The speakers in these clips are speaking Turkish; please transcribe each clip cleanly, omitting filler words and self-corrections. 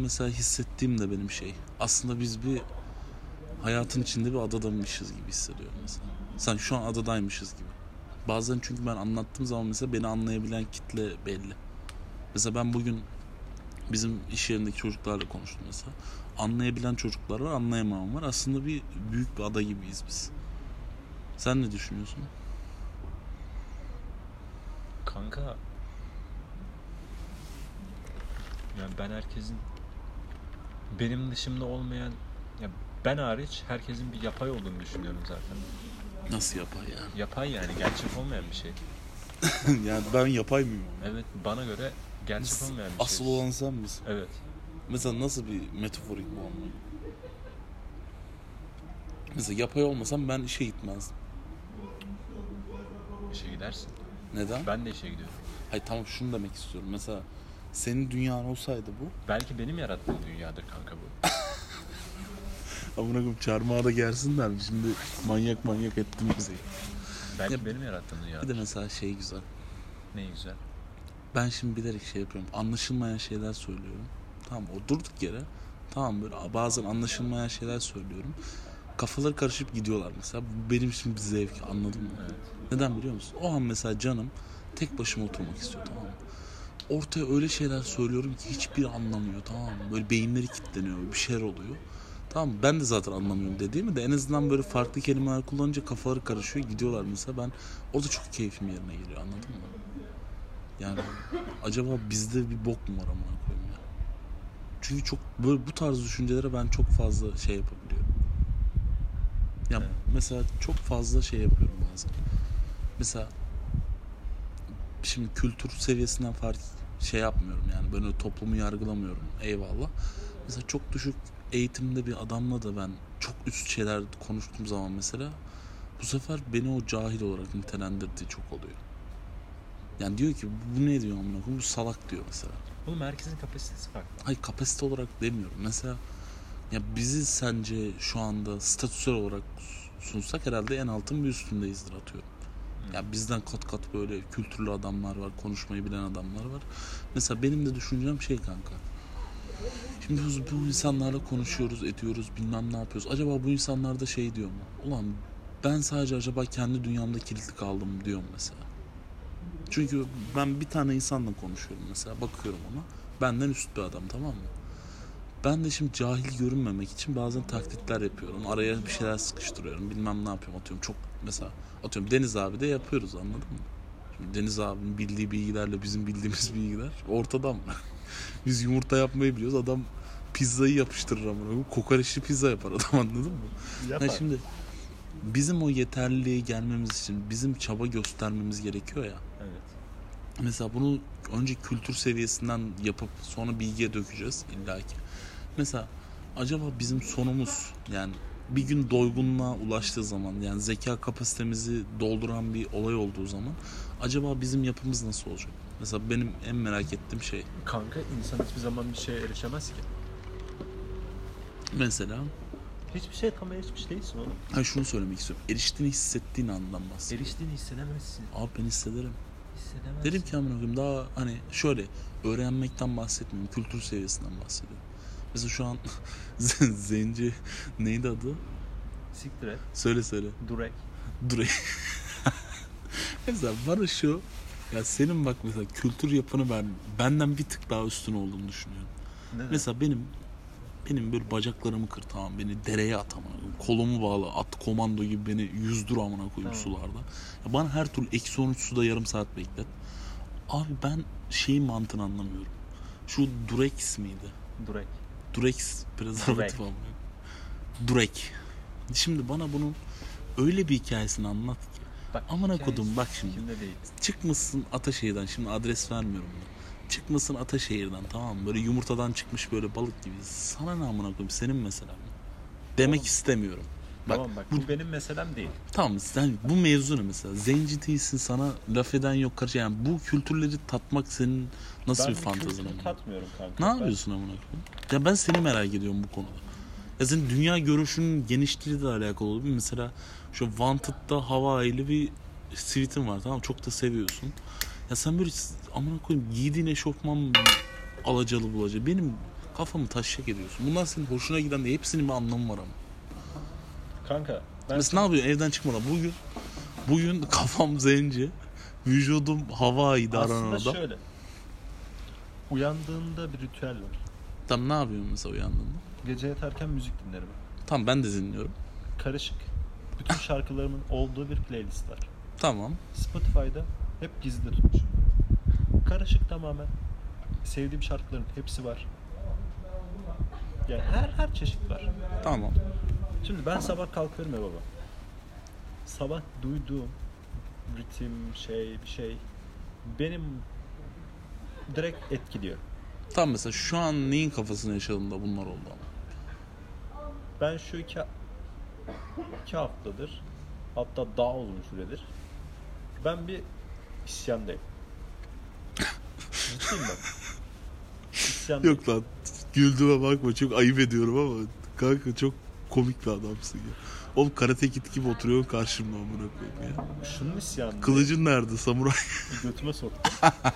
mesela hissettiğim de benim şey. Aslında biz bir hayatın içinde bir adadaymışız gibi hissediyorum mesela. Sanki şu an adadaymışız gibi. Bazen çünkü ben anlattığım zaman mesela beni anlayabilen kitle belli. Mesela ben bugün bizim iş yerindeki çocuklarla konuştum mesela. Anlayabilen çocuklar var, anlayamayan var. Aslında bir büyük bir ada gibiyiz biz. Sen ne düşünüyorsun? Kanka, yani ben herkesin, benim dışımda olmayan, ya ben hariç herkesin bir yapay olduğunu düşünüyorum zaten. Nasıl yapay yani? Yapay yani, gerçek olmayan bir şey. Yani ben yapay mıyım? Evet, bana göre gerçek olmayan bir şey. Asıl olan sen misin? Evet. Mesela nasıl bir metaforik bu anlamda? Mesela yapay olmasam ben işe gitmezdim. İşe gidersin. Neden? Ben de işe gidiyorum. Hayır tamam, şunu demek istiyorum. Mesela senin dünyan olsaydı bu. Belki benim yarattığım dünyadır kanka bu. Amına koyayım, çarmıha da gelsinler mi? Şimdi manyak ettim bizi. Belki Ya, benim yarattığım bir dünyadır. de mesela şey güzel. Ne güzel. Ben şimdi bilerek şey yapıyorum. Anlaşılmayan şeyler söylüyorum. Tamam, o durduk yere. Tamam, böyle bazen anlaşılmayan şeyler söylüyorum. Kafaları karışıp gidiyorlar mesela. Bu benim için bir zevk, anladın mı? Evet. Neden biliyor musun? O an mesela canım tek başıma oturmak istiyor, tamam mı? Ortaya öyle şeyler söylüyorum ki hiçbiri anlamıyor, tamam mı? Böyle beyinleri kilitleniyor, bir şeyler oluyor. Tamam mı? Ben de zaten anlamıyorum dediğimi de en azından böyle farklı kelimeler kullanınca kafaları karışıyor, gidiyorlar mesela. Ben orada çok keyfim yerine geliyor, anladın mı? Yani acaba bizde bir bok mu var amına koyayım ya? Çünkü çok böyle bu tarz düşüncelere ben çok fazla şey yapabiliyorum. Ya Evet. mesela çok fazla şey yapıyorum bazen. Mesela şimdi kültür seviyesinden fark şey yapmıyorum yani, böyle toplumu yargılamıyorum, eyvallah. Mesela çok düşük eğitimde bir adamla da ben çok üst şeyler konuştuğum zaman mesela bu sefer beni o cahil olarak nitelendirdiği çok oluyor. Yani diyor ki bu ne diyor amına koyayım, bu salak diyor mesela. Oğlum, herkesin kapasitesi farklı. Hayır, kapasite olarak demiyorum. Mesela ya bizi sence şu anda statüsel olarak sunsak herhalde en altın bir üstündeyizdir, atıyorum. Ya bizden kat kat böyle kültürlü adamlar var, konuşmayı bilen adamlar var. Mesela benim de düşüncem şey kanka. Şimdi biz bu insanlarla konuşuyoruz, ediyoruz, bilmem ne yapıyoruz. Acaba bu insanlar da şey diyor mu? Ulan ben sadece acaba kendi dünyamda kilitli kaldım diyorum mesela. Çünkü ben bir tane insanla konuşuyorum mesela, bakıyorum ona. Benden üst bir adam, tamam mı? Ben de şimdi cahil görünmemek için bazen taklitler yapıyorum. Araya bir şeyler sıkıştırıyorum. Bilmem ne yapıyorum. Atıyorum çok mesela, atıyorum Deniz abi de yapıyoruz, anladın mı? Şimdi Deniz abinin bildiği bilgilerle bizim bildiğimiz bilgiler ortada mı? Biz yumurta yapmayı biliyoruz. Adam pizzayı yapıştırır ama. Kokoreçli pizza yapar adam, anladın mı? Yapar. Yani şimdi bizim o yeterliliğe gelmemiz için bizim çaba göstermemiz gerekiyor ya. Evet. Mesela bunu önce kültür seviyesinden yapıp sonra bilgiye dökeceğiz illaki. Mesela acaba bizim sonumuz, yani bir gün doygunluğa ulaştığı zaman, yani zeka kapasitemizi dolduran bir olay olduğu zaman acaba bizim yapımız nasıl olacak? Mesela benim en merak ettiğim şey. Kanka, insan hiçbir zaman bir şeye erişemez ki. Mesela Hiçbir şeye tam erişmiş değilsin oğlum. şunu söylemek istiyorum. Eriştiğini hissettiğin andan bahsediyorum. Eriştiğini hissedemezsin. Abi ben hissederim. Hissedemezsin. Derim ki amına koyayım, daha hani şöyle öğrenmekten bahsetmiyorum. Kültür seviyesinden bahsediyorum. Mesela şu an Zenci neydi adı? Siktir et. Söyle. Durek. Mesela bana şu, ya senin bak mesela kültür yapını benden bir tık daha üstün olduğunu düşünüyorum. Neden? Mesela benim böyle bacaklarımı kır, tamam, beni dereye at amına koyayım. Kolumu bağla, at komando gibi beni yüzdür amına koyayım, tamam, sularda. Ya bana her türlü -13 suda yarım saat beklet. Abi ben şeyin mantığını anlamıyorum. Şu Durex miydi? Durek. Durex prezervatif amına. Durek. Şimdi bana bunun öyle bir hikayesini anlat ki. Bak, Amına kodum bak şimdi. Kimde değil. Çıkmışsın Ataşehir'den, şimdi adres vermiyorum da. Çıkmışsın Ataşehir'den, tamam mı? Böyle yumurtadan çıkmış böyle balık gibi. Sana ne amına koyayım, senin mesela mı? Demek Tamam. istemiyorum. Tamam bak, bu benim meselem değil. Tamam, sen bu mevzu ne mesela? Zenci değilsin, sana laf eden yok karşı. Yani bu kültürleri tatmak senin nasıl bir fantazin? Ben tatmıyorum kanka. Ne yapıyorsun amına koyayım? Ya ben seni merak ediyorum bu konuda. Ya senin dünya görüşünün genişliğiyle de alakalı olabilir. Mesela şu Wanted'da Hawaii'li bir sweatin var, tamam, çok da seviyorsun. Ya sen böyle amına koyayım giydiğin eşofman alacalı bulacalı. Benim Kafamı taşak ediyorsun. Bunlar senin hoşuna giden de hepsinin bir anlamı var ama. Kanka ben Mesela ne yapıyorsun evden çıkmadan? Bugün kafam zenci. Vücudum hava idare eden aslında adam. şöyle. Uyandığında bir ritüel var. Tam ne yapıyorsun mesela uyandığında? Gece yatarken müzik dinlerim. Tam ben de dinliyorum. Karışık. Bütün şarkılarımın olduğu bir playlist var. Tamam. Spotify'da hep gizli tutmuşum. Karışık tamamen. Sevdiğim şarkıların hepsi var. Yani her çeşit var. Tamam. Şimdi ben sabah kalkıyorum ya baba. Sabah duyduğum ritim bir şey benim direkt etkiliyor. Tam mesela şu an neyin kafasını yaşadın da bunlar oldu ama. Ben şu iki haftadır, hatta daha uzun süredir ben bir isyandayım. Ciddiyim ben. İsyandayım. Yok lan güldüğüme bakma çok ayıp ediyorum ama kanka çok komik bir adamsın ya. Oğlum Karate Kid gibi oturuyorsun karşımda amına koyayım ya. Şunun isyanındayım. Kılıcın nerede samuray? Götüme soktu.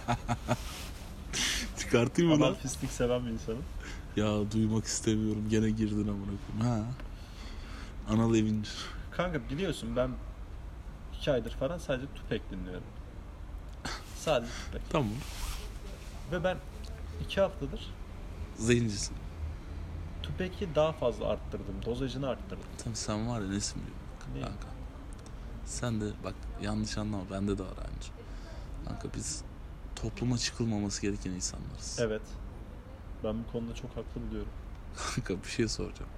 Çıkartayım mı lan? Adam fistik seven bir insanım. Ya duymak istemiyorum gene girdin amına koyayım. Ha. Anal Evindir. Kanka biliyorsun ben 2 aydır falan sadece Tupac dinliyorum. Sadece Tupac. Tamam. Ve ben 2 haftadır Zencisin. Tupac'i daha fazla arttırdım. Dozajını arttırdım. Tabii sen var ya nesin biliyorum Ne? kanka. Sen de bak yanlış anlama bende de var aynı. Kanka biz topluma çıkılmaması gereken insanlarız. Evet. Ben bu konuda çok haklı buluyorum. Kanka bir şey soracağım.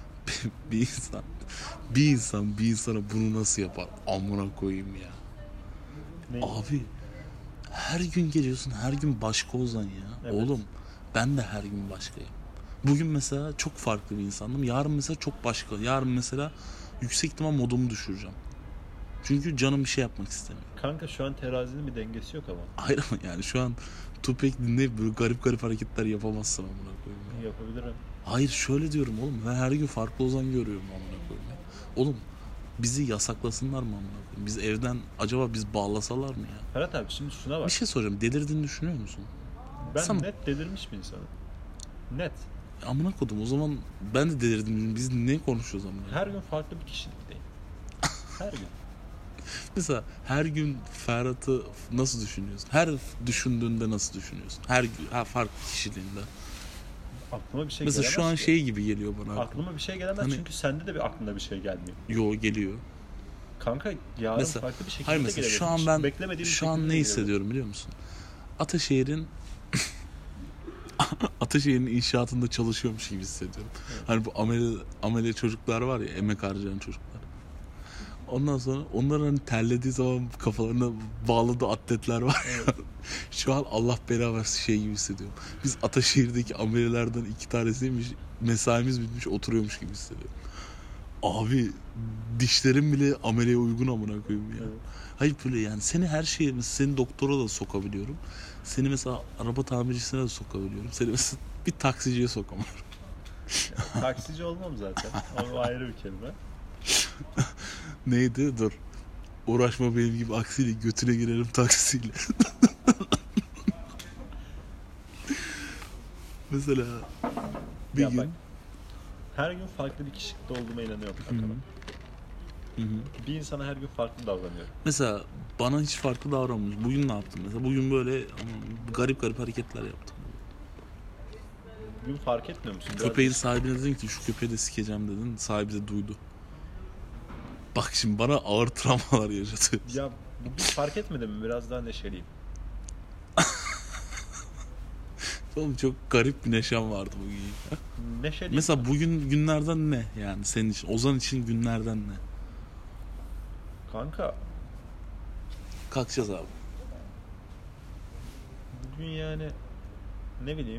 bir insan bir insana bunu nasıl yapar? Amına koyayım ya. Ne? Abi her gün geliyorsun her gün başka Ozan ya. Evet. Oğlum ben de her gün başkayım. Bugün mesela çok farklı bir insandım. Yarın mesela çok başka. Yarın mesela yüksek ihtimal modumu düşüreceğim. Çünkü canım bir şey yapmak istemiyor. Kanka şu an terazinin bir dengesi yok ama. Hayır ama yani şu an Tupac dinleyip böyle garip garip hareketler yapamazsın amına koyayım ya. Yapabilirim. Hayır şöyle diyorum oğlum. Ben her gün farklı Ozan görüyorum amına koyayım ya. Oğlum bizi yasaklasınlar mı amına koyayım? Biz evden acaba biz bağlasalar mı ya? Ferhat abi şimdi şuna bak. Bir şey soracağım. Delirdiğini düşünüyor musun? Ben Sen- net delirmiş bir insanım. Net. Amına koydum. O zaman ben de delirdim. Biz ne konuşuyoruz amına? Her gün farklı bir kişilikteyim. Her gün. Mesela her gün Ferhat'ı nasıl düşünüyorsun? Her düşündüğünde nasıl düşünüyorsun? Her farklı kişiliğinde. Aklıma bir şey Mesela gelemez şu an ki. şey gibi geliyor bana. Aklıma bir şey gelemez Hani- çünkü sende de bir aklına bir şey gelmiyor. Yo geliyor. Kanka yarın Mesela- farklı bir şekilde Hayır mesela gelebilir. şu an Hiç ben beklemediğim bir şu an şekilde ne gelebilir. hissediyorum biliyor musun? Ataşehir'in inşaatında çalışıyormuş gibi hissediyorum. Evet. Hani bu amele çocuklar var ya, emek harcayan çocuklar. Ondan sonra onların hani terlediği zaman kafalarına bağladığı atletler var ya. Evet. Şu an Allah bela versin şey gibi hissediyorum. Biz Ataşehir'deki amelelerden 2 tanesiymiş, mesaimiz bitmiş oturuyormuş gibi hissediyorum. Abi dişlerim bile ameleye uygun amına koyayım ya. Evet. Hayır böyle yani seni her şeye mesela seni doktora da sokabiliyorum. Seni mesela araba tamircisine de sokabiliyorum. Seni mesela bir taksiciye sokamıyorum. Taksici olmam zaten. Ama ayrı bir kelime. Neydi? Dur. Uğraşma benim gibi aksiyle götüne girerim taksiyle. Mesela bir Ya gün bak, her gün farklı bir kişilikte olduğuma inanıyorum kanka ben. Hı-hı. Bir insana her gün farklı davranıyorum. Mesela bana hiç farklı davranmış. Bugün ne yaptım mesela? Bugün böyle garip garip hareketler yaptım. Bugün fark etmiyor musun? Köpeğin sahibine dedin ki şu köpeği de sikeceğim dedin. Sahibi de duydu. Bak şimdi bana ağır travmalar yaşatıyor. Ya bugün fark etmedin mi? Biraz daha neşeliyim. Oğlum çok garip bir neşem vardı bugün. Neşeliyim. Mesela bugün günlerden ne yani senin için? Ozan için günlerden ne? Kanka Kalkacağız abi. bugün yani ne bileyim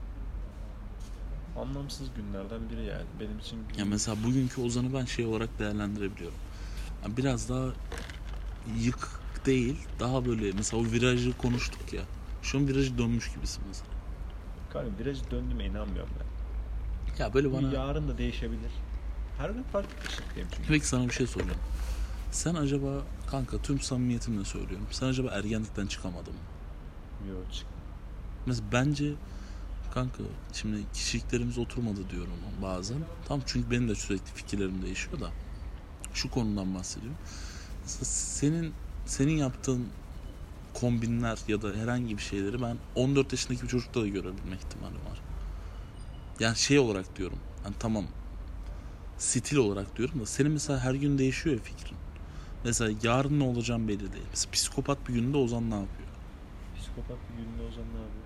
anlamsız günlerden biri yani. Benim için Ya mesela bugünkü Ozan'ı ben şey olarak değerlendirebiliyorum. Yani biraz daha yık değil, daha böyle mesela o virajı konuştuk ya. Şu an virajı dönmüş gibisin mesela. kanka virajı döndüğüme inanmıyorum ben. Ya böyle Bu bana... yarın da değişebilir. Her gün farklı bir kişilikteyim çünkü. Peki sana bir şey soracağım. Sen acaba kanka tüm samimiyetimle söylüyorum. Sen acaba ergenlikten çıkamadın mı? Yok çık. Mesela bence Kanka şimdi kişiliklerimiz oturmadı diyorum bazen. Tamam, çünkü benim de sürekli fikirlerim değişiyor da. Şu konudan bahsediyorum. Mesela senin yaptığın kombinler ya da herhangi bir şeyleri ben 14 yaşındaki bir çocukta da görebilme ihtimali var. Yani şey olarak diyorum. Yani tamam, stil olarak diyorum da senin mesela her gün değişiyor ya fikrin. Mesela yarın ne olacağım belli değil. Mesela psikopat bir günde Ozan ne yapıyor? Psikopat bir günde Ozan ne yapıyor?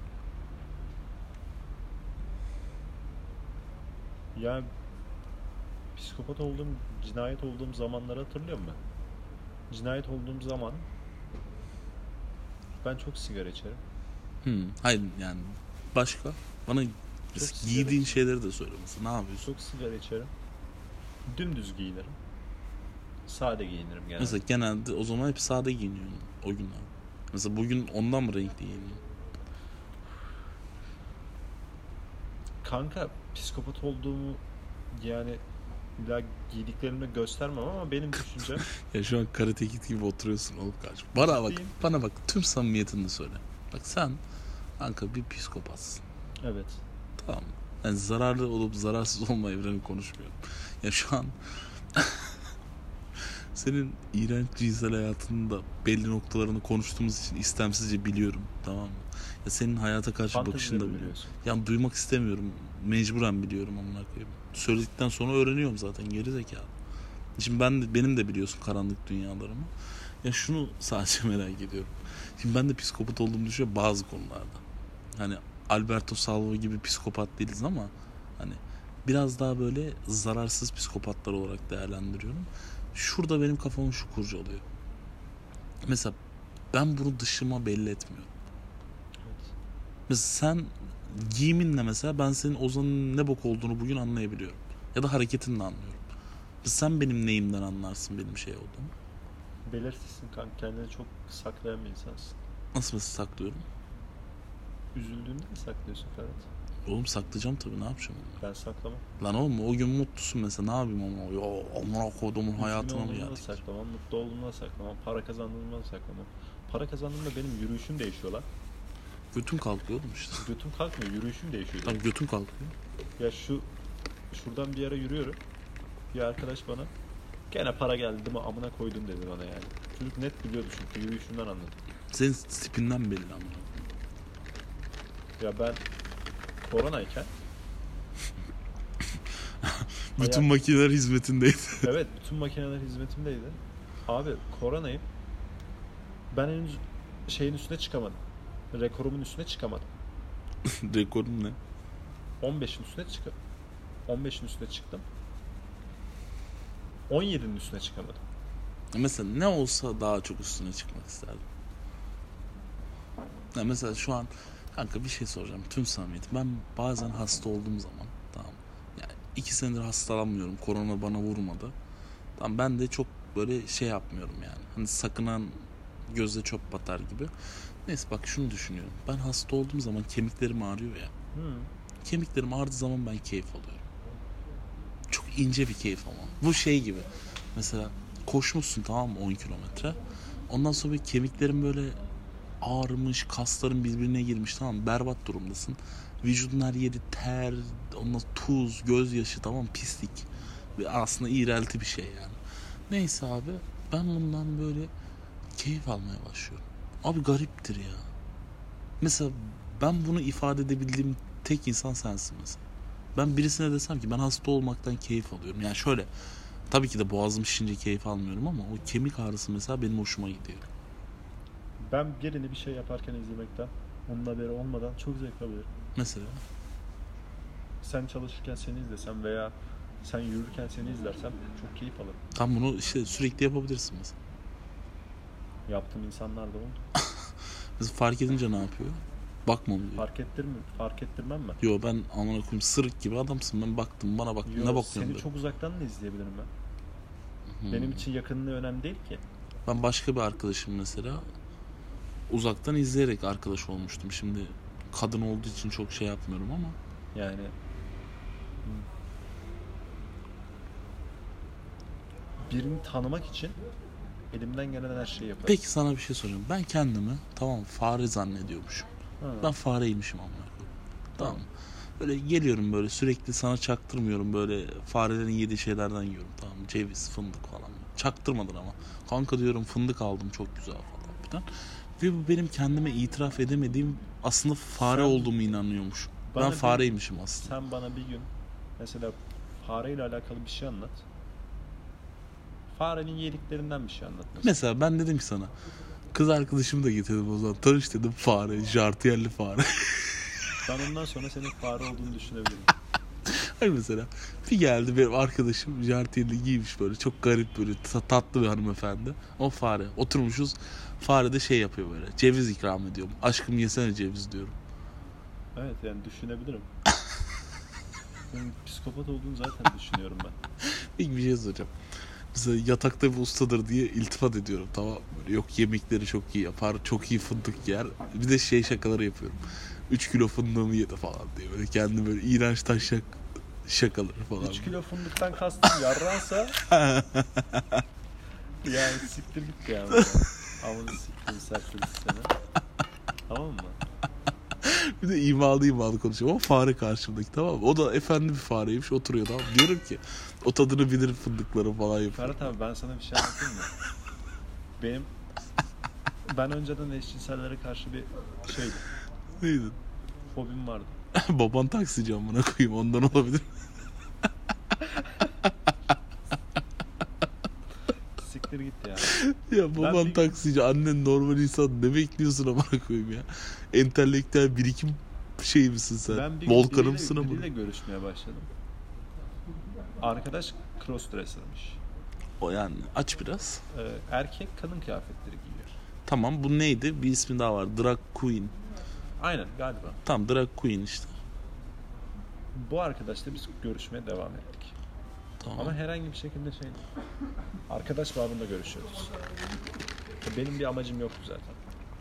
Ya psikopat olduğum, cinayet olduğum zamanları hatırlıyorum ben. Cinayet olduğum zaman ben çok sigara içerim. Hayır yani başka bana sigara giydiğin şeyleri de söyle mesela. Ne yapıyorsun? Çok sigara içerim. Dümdüz giyinirim. Sade giyinirim genelde. Mesela genelde o zaman hep sade giyiniyorsun o günler. Mesela bugün ondan mı renkli giyiniyorsun? Kanka psikopat olduğumu yani illa giydiklerimle göstermem ama benim düşüncem Ya şu an Karate Kid gibi oturuyorsun oğlum kardeşim. Bana bak tüm samimiyetini söyle. Bak sen kanka bir psikopatsın. evet. Tamam. Yani zararlı olup zararsız olma evreni konuşmuyorum. Ya şu an senin iğrenç cinsel hayatında belli noktalarını konuştuğumuz için istemsizce biliyorum, tamam mı? Ya senin hayata karşı bakışını da biliyorum. Yani duymak istemiyorum. Mecburen biliyorum amına koyayım. Söyledikten sonra öğreniyorum zaten, geri zekalı. Şimdi benim de biliyorsun karanlık dünyalarımı. Ya şunu sadece merak ediyorum. Şimdi ben de psikopat olduğumu düşünüyorum bazı konularda. Hani Alberto Salvo gibi psikopat değiliz ama hani biraz daha böyle zararsız psikopatlar olarak değerlendiriyorum. Şurada benim kafamı şu kurcalıyor. Mesela ben bunu dışıma belli etmiyorum. Evet. Mesela sen giyiminle mesela ben senin Ozan'ın ne bok olduğunu bugün anlayabiliyorum. Ya da hareketinle anlıyorum. Sen benim neyimden anlarsın benim şey olduğumu. Belirsizsin kanka. Kendini çok saklayan bir insansın. Nasıl mesela saklıyorum? Üzüldüğünde mi saklıyorsun Ferhat? Oğlum saklayacağım tabii, ne yapacağım onu? Ben saklamam. Lan oğlum o gün mutlusun mesela, ne yapayım ama ya amına koyduğumun hayatına mı Üzgün olduğumda geldik? saklamam, mutlu olduğumda saklamam, para kazandığımda saklamam. Para kazandığımda benim yürüyüşüm değişiyor lan. Götün kalkıyor oğlum işte. Götüm kalkmıyor, yürüyüşüm değişiyor. Tabii götün kalkıyor. Ya şuradan bir yere yürüyorum. Bir arkadaş bana gene para geldi mi amına koydum dedi bana yani. Çocuk net biliyordu çünkü yürüyüşünden anladım. Senin tipinden belli ama. Ya ben koronayken bütün makineler hizmetindeydi. evet, bütün makineler hizmetimdeydi. Abi koronayım. Ben henüz şeyin üstüne çıkamadım. Rekorumun üstüne çıkamadım. Rekorun ne? 15'in üstüne 15'in üstüne çıktım. 17'nin üstüne çıkamadım. Mesela ne olsa daha çok üstüne çıkmak isterdim. Ya mesela şu an kanka bir şey soracağım tüm samimiyet. Ben bazen hasta olduğum zaman, tamam. Yani 2 senedir hastalanmıyorum. Korona bana vurmadı. Tamam, ben de çok böyle şey yapmıyorum yani. Hani sakınan gözle çöp batar gibi. Neyse bak şunu düşünüyorum. Ben hasta olduğum zaman kemiklerim ağrıyor ya. Kemiklerim ağrıdığı zaman ben keyif alıyorum. Çok ince bir keyif ama. Bu şey gibi. Mesela koşmuşsun, tamam mı, 10 kilometre. Ondan sonra böyle kemiklerin böyle ağrımış, kasların birbirine girmiş, tamam mı? Berbat durumdasın. Vücudun her yeri ter, ondan tuz, gözyaşı, tamam, pislik. Ve aslında iğrelti bir şey yani. Neyse abi, ben bundan böyle keyif almaya başlıyorum. Abi gariptir ya. Mesela ben bunu ifade edebildiğim tek insan sensin mesela. Ben birisine desem ki ben hasta olmaktan keyif alıyorum. Yani şöyle, tabii ki de boğazım şişince keyif almıyorum ama o kemik ağrısı mesela benim hoşuma gidiyor. Ben birini bir şey yaparken izlemekten, onun haberi olmadan çok zevk alıyorum. Mesela? Sen çalışırken seni izlesem veya sen yürürken seni izlersem çok keyif alırım. Tam bunu işte sürekli yapabilirsin mesela. Yaptığım insanlar da oldu. Mesela fark edince ne yapıyor? Bakmam diyor. Fark ettirmem ben. Yo, ben amına koyayım sırık gibi adamsın, ben baktım bana bak, Yo, ne bakıyorsun seni diyor. çok uzaktan da izleyebilirim ben. Benim için yakınlığı önemli değil ki. Ben başka bir arkadaşım mesela uzaktan izleyerek arkadaş olmuştum. Şimdi kadın olduğu için çok şey yapmıyorum ama. Yani birini tanımak için elimden gelen her şeyi yaparım. Peki sana bir şey soracağım. Ben kendimi tamam fare zannediyormuşum. Ha. Ben fareymişim amına koyayım. Tamam mı? Böyle geliyorum, böyle sürekli sana çaktırmıyorum, böyle farelerin yediği şeylerden yiyorum, tamam mı? Ceviz, fındık falan. Çaktırmadın ama. Kanka diyorum, fındık aldım çok güzel falan filan. Ve bu benim kendime itiraf edemediğim, aslında fare olduğumu inanıyormuş. Ben fareymişim aslında. Sen bana bir gün mesela fareyle alakalı bir şey anlat. Farenin yediklerinden bir şey anlat. Mesela ben dedim ki sana, kız arkadaşımı da getirdim o zaman. Tanış dedim, fare, jartiyerli fare. Ben ondan sonra senin fare olduğunu düşünebilirim. Hayır, mesela bir geldi benim arkadaşım, jartiyerli giymiş, böyle çok garip, böyle tatlı bir hanımefendi. O fare. Oturmuşuz. Fare de şey yapıyor böyle. Ceviz ikram ediyorum. Aşkım yesene ceviz diyorum. Evet, yani düşünebilirim. Senin psikopat olduğunu zaten düşünüyorum ben. İlk bir şey soracağım. Mesela yatakta bir ustadır diye iltifat ediyorum, tamam, böyle yok yemekleri çok iyi yapar, çok iyi fındık yer. Bir de şey şakaları yapıyorum. 3 kilo fındığımı yedi falan diye, böyle kendi böyle iğrenç taşak şakaları falan. 3 kilo fındıktan kastım yarransa yani siktir git yani. Ama siktir serttir seni. Tamam mı? Bir de imalı konuşuyor ama fare karşımdaki, tamam mı? O da efendi bir fareymiş, oturuyor, tamam. Diyorum ki o tadını bilir fındıkları falan yapıyor. Ferhat abi, ben sana bir şey anlatayım mı? Ben önceden eşcinsellere karşı bir şeydim. Neydin? Fobim vardı. Baban taksici amına koyayım, ondan olabilir. Siktir git ya. Ya baban taksici, annen normal insan, ne bekliyorsun amına koyayım ya? Entelektüel birikim şey misin sen? Ben Volkanı mısın ama? biriyle görüşmeye başladım. Arkadaş crossdresser'mış. O yani aç biraz. Erkek kadın kıyafetleri giyiyor. Tamam, bu neydi? Bir ismi daha var. Drag Queen. Aynen galiba. Tamam, Drag Queen işte. Bu arkadaşla biz görüşmeye devam ettik. Tamam. Ama herhangi bir şekilde şey değil. Arkadaş babında görüşüyoruz. Benim bir amacım yoktu zaten.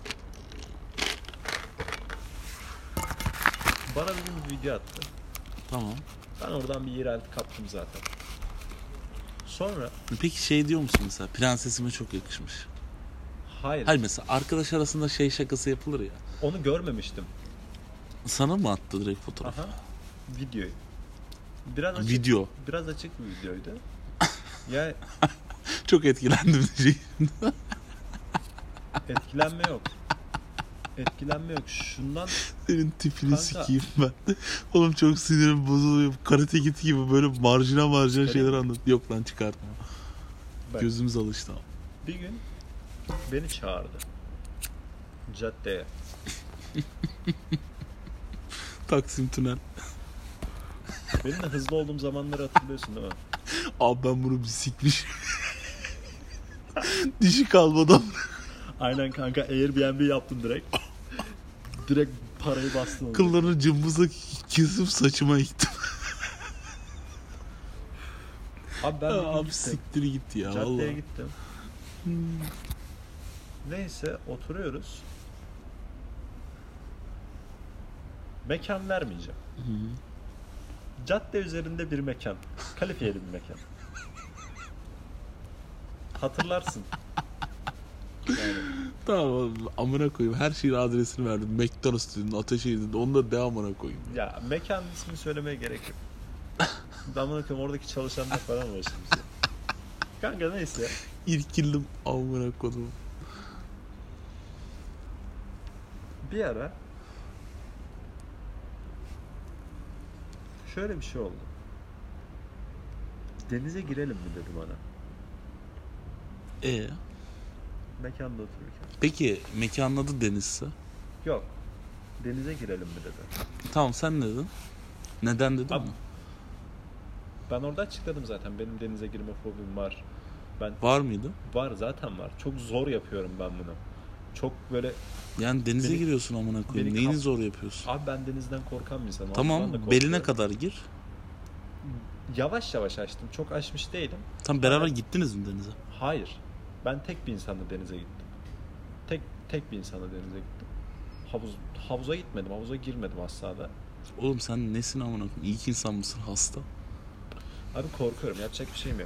Bana bir gün bir video attı. Tamam. Ben oradan bir yerelti kaptım zaten. Sonra... Peki şey diyor musun mesela? Prensesime çok yakışmış. Hayır. Hayır, mesela arkadaş arasında şey şakası yapılır ya. Onu görmemiştim. Sana mı attı direkt fotoğrafı? Aha. Videoyu. Biraz açık bir videoydu. Ya çok etkilendim diyeceğim. Etkilenme yok. Şundan senin tipini sikeyim ben. Oğlum çok sinirim bozuluyor. Karate Kid gibi böyle marjinal şeyler anlat. Yok lan, çıkartma. Gözümüz alıştı. Bir gün beni çağırdı. Caddeye. Taksim Tünel. Benim de hızlı olduğum zamanları hatırlıyorsun değil mi? Abi ben bunu bir sikmiş. Dişi kalmadan. Aynen kanka, Airbnb yaptım direkt. Direkt parayı bastım. Kıllarını cımbızla kesip saçıma gittim. Abi ben abi siktir git ya. Caddeye vallahi gittim. Neyse, oturuyoruz. Mekan vermeyeceğim. Cadde üzerinde bir mekan. Kalifiyeli bir mekan. Hatırlarsın. Yani. Tamam, amına koyayım. Her şeyin adresini verdim. McDonald's dedin, Ataşehir dedin. Onu da de amına koyayım. Ya mekanın ismini söylemeye gerek yok. Amına koyayım, oradaki çalışanlar falan var şimdi. Kanka neyse. İrkildim amına koyayım. Bir ara şöyle bir şey oldu. Denize girelim mi dedi bana. Mekanda otururken. Peki mekanın adı Deniz'se? Yok. Denize girelim mi dedi. Tamam, sen ne dedin? Neden dedin mi? Ben orada açıkladım zaten. Benim denize girme fobim var. Var mıydı? Var, zaten var. Çok zor yapıyorum ben bunu. Çok böyle... Yani denize giriyorsun amına koyayım. Neyini zor yapıyorsun? Abi ben denizden korkan bir insanım. Tamam, beline kadar gir. Yavaş yavaş açtım. Çok açmış değilim. Tam beraber gittiniz mi denize? Hayır. Ben tek bir insanla denize gittim. Tek bir insanla denize gittim. Havuza gitmedim. Havuza girmedim asla da. Oğlum sen nesin amına koyayım? İyi ki insan mısın? Hasta. Abi korkuyorum. Yapacak bir şeyim yok.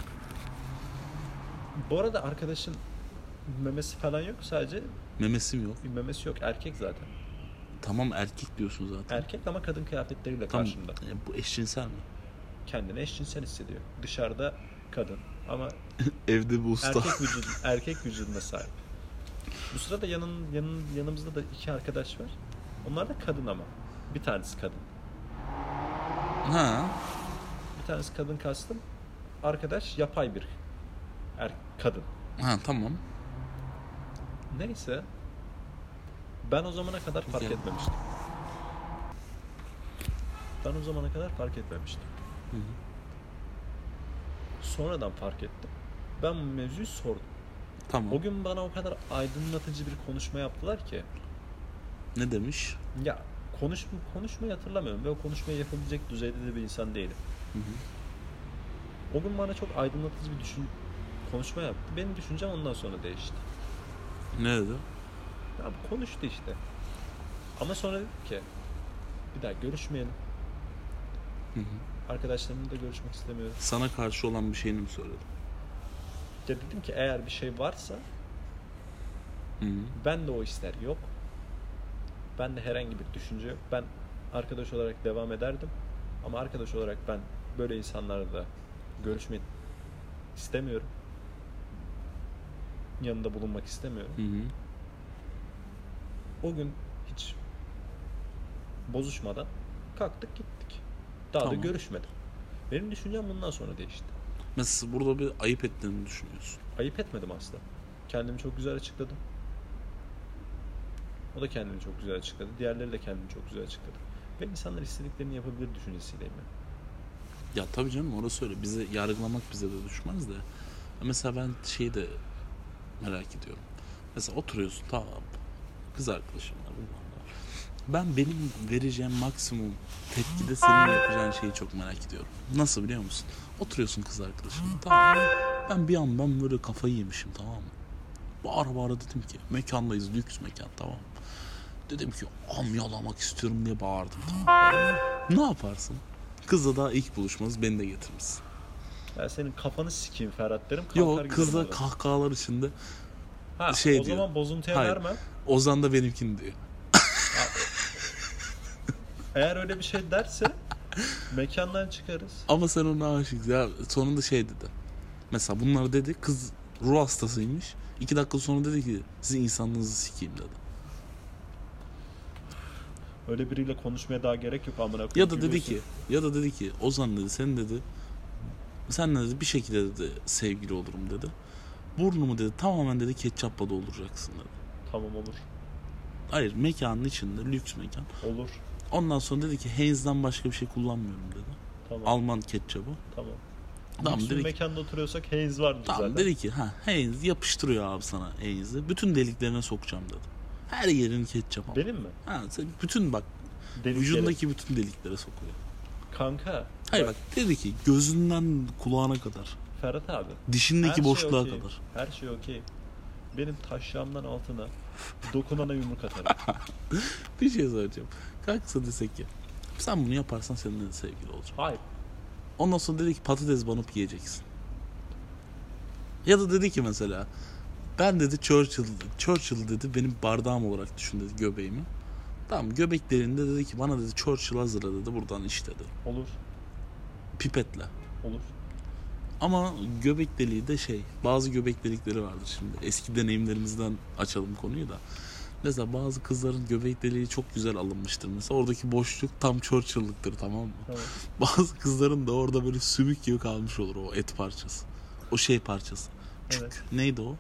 Bu arada arkadaşın memesi falan yok. Sadece memesi mi yok? Memesi yok. Erkek zaten. Tamam, erkek diyorsun zaten. Erkek ama kadın kıyafetleriyle Tamam. karşımda. Bu eşcinsel mi? Kendini eşcinsel hissediyor. Dışarıda kadın ama Evde bu usta. erkek vücuduna sahip. Bu sırada yanımızda da 2 arkadaş var. Onlar da kadın ama. Bir tanesi kadın. Ha. Bir tanesi kadın kastım. Arkadaş yapay bir kadın. Ha, tamam. Neyse. Ben o zamana kadar fark Güzel. etmemiştim. Hı hı. Sonradan fark ettim. Ben bu mevzuyu sordum. Tamam. O gün bana o kadar aydınlatıcı bir konuşma yaptılar ki. Ne demiş? Ya konuşmayı hatırlamıyorum ve o konuşmayı yapabilecek düzeyde de bir insan değilim. Hı hı. O gün bana çok aydınlatıcı bir konuşma yaptı. Benim düşüncem ondan sonra değişti. Ne dedi? Ya bu konuştu işte. Ama sonra dedim ki bir daha görüşmeyelim. Hı hı. Arkadaşlarımla da görüşmek istemiyorum. Sana karşı olan bir şeyini mi söyledi? Ya dedim ki eğer bir şey varsa Hı hı. ben de o hisler yok. Ben de herhangi bir düşünce yok. Ben arkadaş olarak devam ederdim. Ama arkadaş olarak ben böyle insanlarla da görüşmek istemiyorum. Yanında bulunmak istemiyorum. Hı hı. O gün hiç bozuşmadan kalktık gittik. Daha da Tamam. görüşmedim. Benim düşüncem bundan sonra değişti. Mesela burada bir ayıp ettiğini düşünüyorsun. Ayıp etmedim asla. Kendimi çok güzel açıkladım. O da kendini çok güzel açıkladı. Diğerleri de kendini çok güzel açıkladı. Ve insanlar istediklerini yapabilir düşüncesiyleyim ben. Ya tabii canım, orası öyle. Bizi yargılamak bize de düşmez de. Mesela ben şeyi de merak ediyorum. Mesela oturuyorsun, tamam. Kız arkadaşım var. Benim vereceğim maksimum tepkide senin yapacağın şeyi çok merak ediyorum. Nasıl biliyor musun? Oturuyorsun kız arkadaşımla, tamam. Ben böyle kafayı yemişim, tamam mı? Bağıra dedim ki mekandayız, lüks mekan, tamam. Dedim ki yalamak istiyorum diye bağırdım, tamam. Ne yaparsın? Kızla daha ilk buluşmamız, beni de getirmişsin. Ben senin kafanı sikeyim Ferhat derim. Yok, kızla kahkahalar içinde o diyor. zaman bozuntuya Hayır. vermem. Ozan da benimkini diyor. Eğer öyle bir şey derse mekandan çıkarız. Ama sen ona aşıksın. Ya sonunda dedi. Mesela bunları dedi. Kız ruh hastasıymış. 2 dakika sonra dedi ki sizin insanlığınızı sikeyim dedi. Öyle biriyle konuşmaya daha gerek yok amına koyayım. Ya da dedi ki Ozan dedi, senle dedi bir şekilde dedi sevgili olurum dedi. Burnumu dedi tamamen dedi ketçapla dolduracaksın dedi. Tamam olur. Hayır, mekanın içinde, lüks mekan. Olur. Ondan sonra dedi ki Heinz'den başka bir şey kullanmıyorum dedi. Tamam. Alman ketçabı. Tamam. Tamam, Lüks bir mekanda oturuyorsak Heinz vardır tamam, zaten. dedi ki Heinz yapıştırıyor abi sana Heinz'i. Bütün deliklerine sokacağım dedi. Her yerini ketçap al. Benim mi? Sen bütün bak vücudundaki bütün deliklere sokuyor. Kanka. Hayır bak, dedi ki gözünden kulağına kadar. Ferhat abi. Dişindeki boşluğa okey. kadar. Her şey okey. Benim taşşağımdan altına dokunana yumruk atarım. Bir şey söyleyeceğim. Kalksa desek ki sen bunu yaparsan seninle de sevgili olacağım. Hayır. Ondan sonra dedi ki patates banıp yiyeceksin. Ya da dedi ki mesela ben dedi Churchill dedi benim bardağım olarak düşün dedi göbeğimi. Tamam, göbeklerinde dedi ki bana dedi Churchill hazırla dedi, buradan iç dedi. Olur. Pipetle. Olur. Ama göbek deliği de bazı göbek delikleri vardır şimdi. Eski deneyimlerimizden açalım konuyu da. Mesela bazı kızların göbek deliği çok güzel alınmıştır. Mesela oradaki boşluk tam Churchill'lıktır, tamam mı? Tamam. Bazı kızların da orada böyle sümük gibi kalmış olur o et parçası. O parçası. Evet. Neydi o?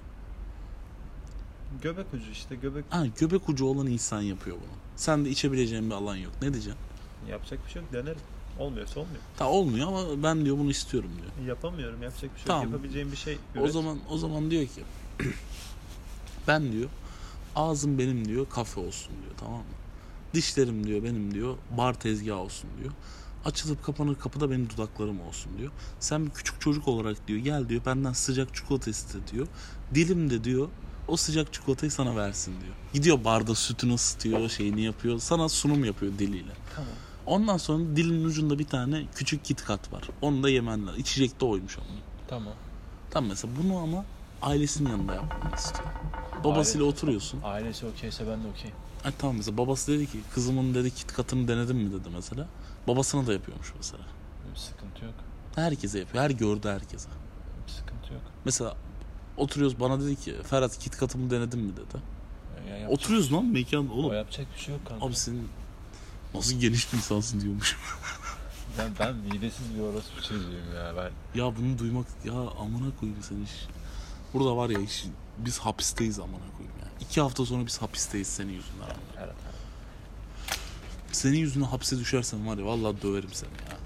Göbek ucu işte göbek. Göbek ucu olan insan yapıyor bunu. Sen de içebileceğin bir alan yok. Ne diyeceksin? Yapacak bir şey yok, denerim. Olmuyorsa olmuyor. Olmuyor ama ben diyor bunu istiyorum diyor. Yapamıyorum, yapacak bir şey Tamam. yok. Yapabileceğim bir şey üret. O zaman diyor ki ben diyor ağzım benim diyor kafe olsun diyor, tamam mı? Dişlerim diyor benim diyor bar tezgahı olsun diyor. Açılıp kapanır kapıda benim dudaklarım olsun diyor. Sen bir küçük çocuk olarak diyor gel diyor benden sıcak çikolata iste diyor. Dilim de diyor o sıcak çikolatayı sana versin diyor. Gidiyor barda sütünü ısıtıyor, şeyini yapıyor. Sana sunum yapıyor diliyle. Tamam. Ondan sonra dilin ucunda bir tane küçük KitKat var. Onu da yemen lazım. İçecek de oymuş ama. Tamam. Tamam, mesela bunu ama ailesinin yanında yapmanı istiyor. Babasıyla oturuyorsun. Ailesi okeyse ben de okey. Ay tamam, mesela babası dedi ki kızımın dedi KitKat'ını denedin mi dedi mesela. Babasına da yapıyormuş mesela. Bir sıkıntı yok. Herkese yapıyor. Her gördü herkese. Bir sıkıntı yok. Mesela oturuyoruz, bana dedi ki Ferhat KitKat'ımı denedin mi dedi. Ya Oturuyoruz lan mekan oğlum. O yapacak bir şey yok kanka. Abi senin nasıl geniş bir insansın diyormuşum. Ben midesiz bir orospu çocuğuyum ya ben. Ya bunu duymak, ya amına koyayım sen iş. Burada var ya iş, biz hapisteyiz amına koyayım ya. 2 hafta sonra biz hapisteyiz senin yüzünden. Evet. Senin yüzünden hapse düşersem var ya vallahi döverim seni ya.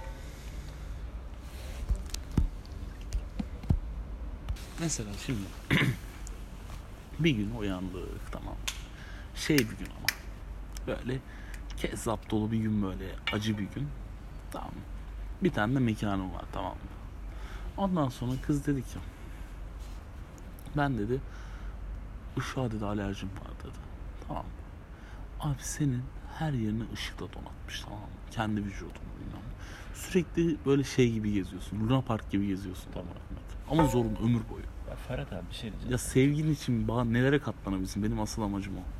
Mesela şimdi bir gün uyandık, tamam. Bir gün ama böyle kezzap dolu bir gün, böyle acı bir gün, tamam. Bir tane de mekanım var, tamam mı? Ondan sonra kız dedi ki ben dedi ışığa dedi alerjim var dedi, tamam mı? Abi senin her yerini ışıkla donatmış, tamam mı? Kendi vücudunu bilmem. Sürekli böyle şey gibi geziyorsun, Luna Park gibi geziyorsun, tamam Ahmet. Ama zorun ömür boyu. Ya Ferhat abi bir şey diyeceğim. Ya sevgin için bana nelere katlanabilirsin? Benim asıl amacım o.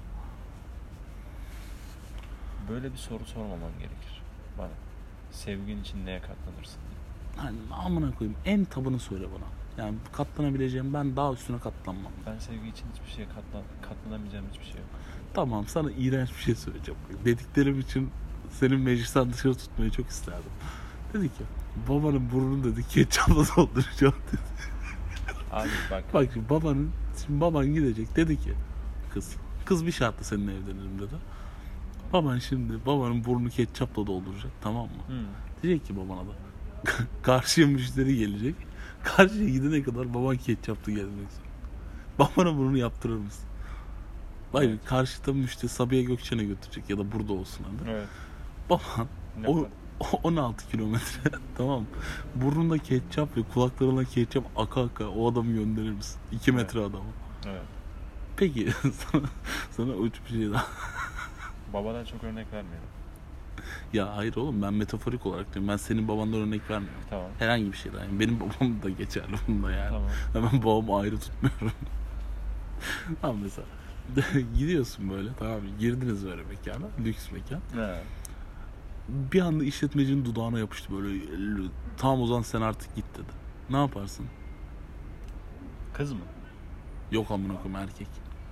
Böyle bir soru sormaman gerekir bana. Sevgin için neye katlanırsın diye. Hani amına koyayım, en tabını söyle bana. Yani katlanabileceğim, ben daha üstüne katlanmam. Ben sevgi için hiçbir şeye katlanamayacağım hiçbir şey yok. Tamam, sana iğrenç bir şey söyleyeceğim. Dediklerim için senin meclisten dışarı tutmayı çok isterdim. Dedi ki babanın burnunu dedi ketçapla dolduracağım dedi. Abi bak. Bak şimdi baban gidecek, dedi ki kız bir şartla seninle evlenelim dedi. Babanın burnunu ketçapla dolduracak, tamam mı? Diyecek ki babana da karşıya müşteri gelecek. Karşıya gidene kadar baban ketçaplı gelmek zorunda. Babana burnunu yaptırır mısın? Hayır, evet. Karşıda müşteri Sabiha Gökçen'e götürecek ya da burada olsun hani. Evet. Baban o 16 kilometre tamam mı? Burnunda ketçap ve kulaklarına ketçap aka o adamı gönderir misin? 2 metre adamı. Evet. Peki sana uç bir şey daha. Babadan çok örnek vermiyorum. Ya hayır oğlum, ben metaforik olarak diyorum. Ben senin babandan örnek vermiyorum. Tamam. Herhangi bir şeyden. Yani benim babam da geçerli bunda yani. Tamam. Hemen babamı ayrı tutmuyorum. Tamam mesela. Gidiyorsun böyle, tamam mı? Girdiniz böyle mekana. Lüks mekan. Evet. Bir anda işletmecinin dudağına yapıştı böyle. Tamam o zaman sen artık git dedi. Ne yaparsın? Kız mı? Yok amına koyayım, erkek.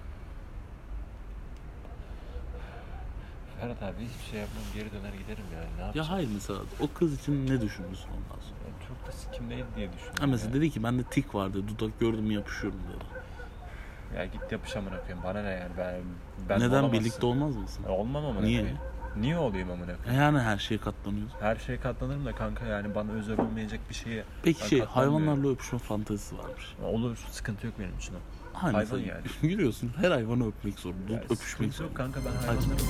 Ferhat abi hiçbir şey yapmam, geri döner giderim yani. Ne yapacağım? Ya hayır, mesela o kız için ne düşünürsün ondan sonra? Yani çok da sikimdeydi diye düşünüyorum. Ha mesela dedi ki bende tik vardı, dudak gördüm mü yapışıyorum dedi. Ya git yapış amına koyayım, bana ne yani, ben neden olamazsın. Birlikte olmaz mısın? Olmam amına Niye? koyayım. Niye olayım amına koyayım? Yani her şeye katlanıyorsun. Her şeye katlanırım da kanka, yani bana özel olmayacak bir şeye. Peki hayvanlarla öpüşme fantezisi varmış. Olur, sıkıntı yok benim için o. Hayvan mesela, yani. Gülüyorsun, her hayvanı öpmek zorunda, yani öpüşmek zorunda. Yok kanka, ben hayvanları...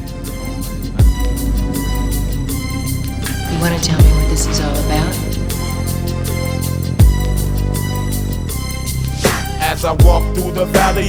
You want to tell me what this is all about? As I walk through the valley